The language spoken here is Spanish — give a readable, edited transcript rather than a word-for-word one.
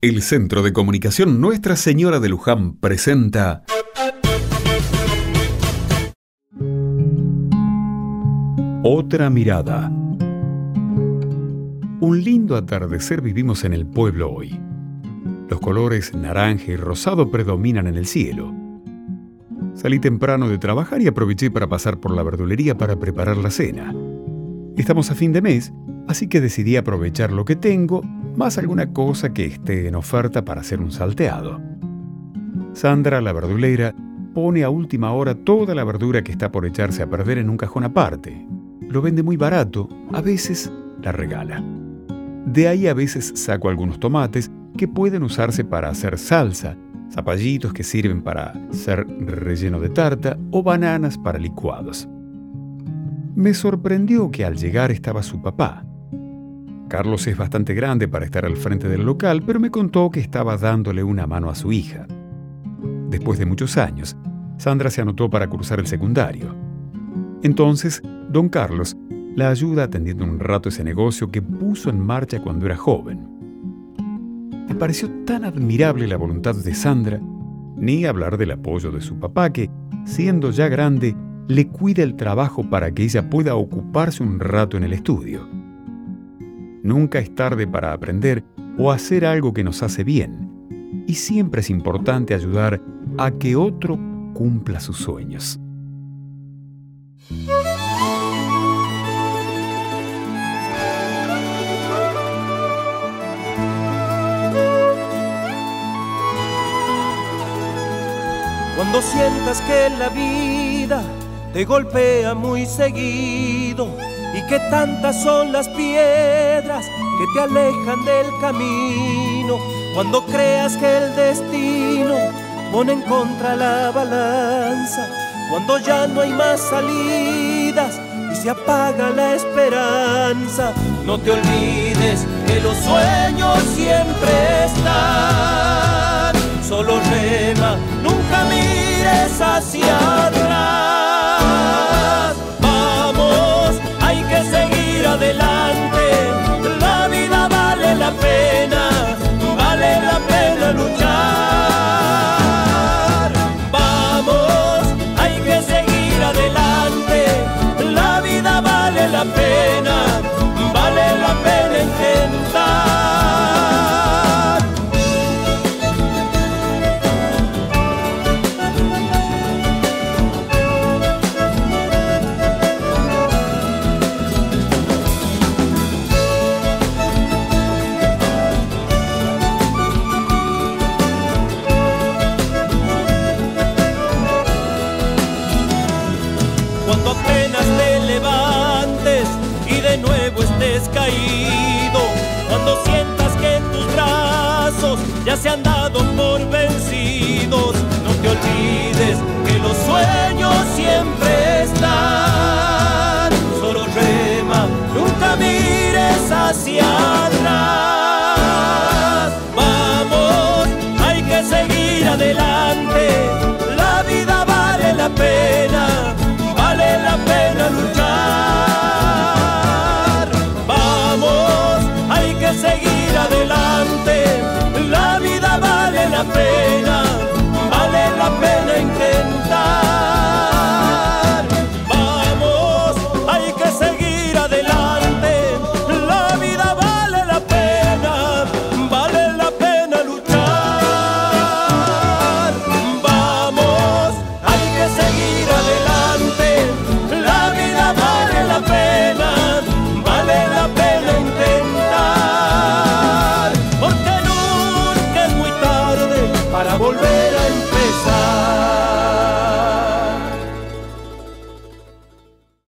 El Centro de Comunicación Nuestra Señora de Luján presenta Otra mirada. Un lindo atardecer vivimos en el pueblo hoy. Los colores naranja y rosado predominan en el cielo. Salí temprano de trabajar y aproveché para pasar por la verdulería para preparar la cena. Estamos a fin de mes, así que decidí aprovechar lo que tengo, más alguna cosa que esté en oferta para hacer un salteado. Sandra, la verdulera, pone a última hora toda la verdura que está por echarse a perder en un cajón aparte. Lo vende muy barato, a veces la regala. De ahí a veces saco algunos tomates que pueden usarse para hacer salsa, zapallitos que sirven para ser relleno de tarta o bananas para licuados. Me sorprendió que al llegar estaba su papá. Carlos es bastante grande para estar al frente del local, pero me contó que estaba dándole una mano a su hija. Después de muchos años, Sandra se anotó para cursar el secundario. Entonces, don Carlos la ayuda atendiendo un rato ese negocio que puso en marcha cuando era joven. Me pareció tan admirable la voluntad de Sandra, ni hablar del apoyo de su papá que, siendo ya grande, le cuida el trabajo para que ella pueda ocuparse un rato en el estudio. Nunca es tarde para aprender o hacer algo que nos hace bien, y siempre es importante ayudar a que otro cumpla sus sueños. Cuando sientas que la vida te golpea muy seguido y que tantas son las piedras que te alejan del camino, cuando creas que el destino pone en contra la balanza, cuando ya no hay más salidas y se apaga la esperanza, no te olvides que los sueños siempre están. Solo rema, nunca mires hacia atrás. Vamos, hay que seguir adelante. La vida vale la pena luchar. Vamos, hay que seguir adelante. La vida vale la pena intentar. Cuando apenas te levantes y de nuevo estés caído, cuando sientas que tus brazos ya se han dado por vencidos, no te olvides que los sueños siempre están. Solo rema, nunca mires hacia atrás. Vamos, hay que seguir adelante. La vida vale la pena luchar. Vamos, hay que seguir adelante. La vida vale la pena intentar. Vamos, hay que seguir adelante. La vida vale la pena luchar. Vamos, hay que seguir adelante. La vida vale la pena intentar, porque nunca es muy tarde para volver a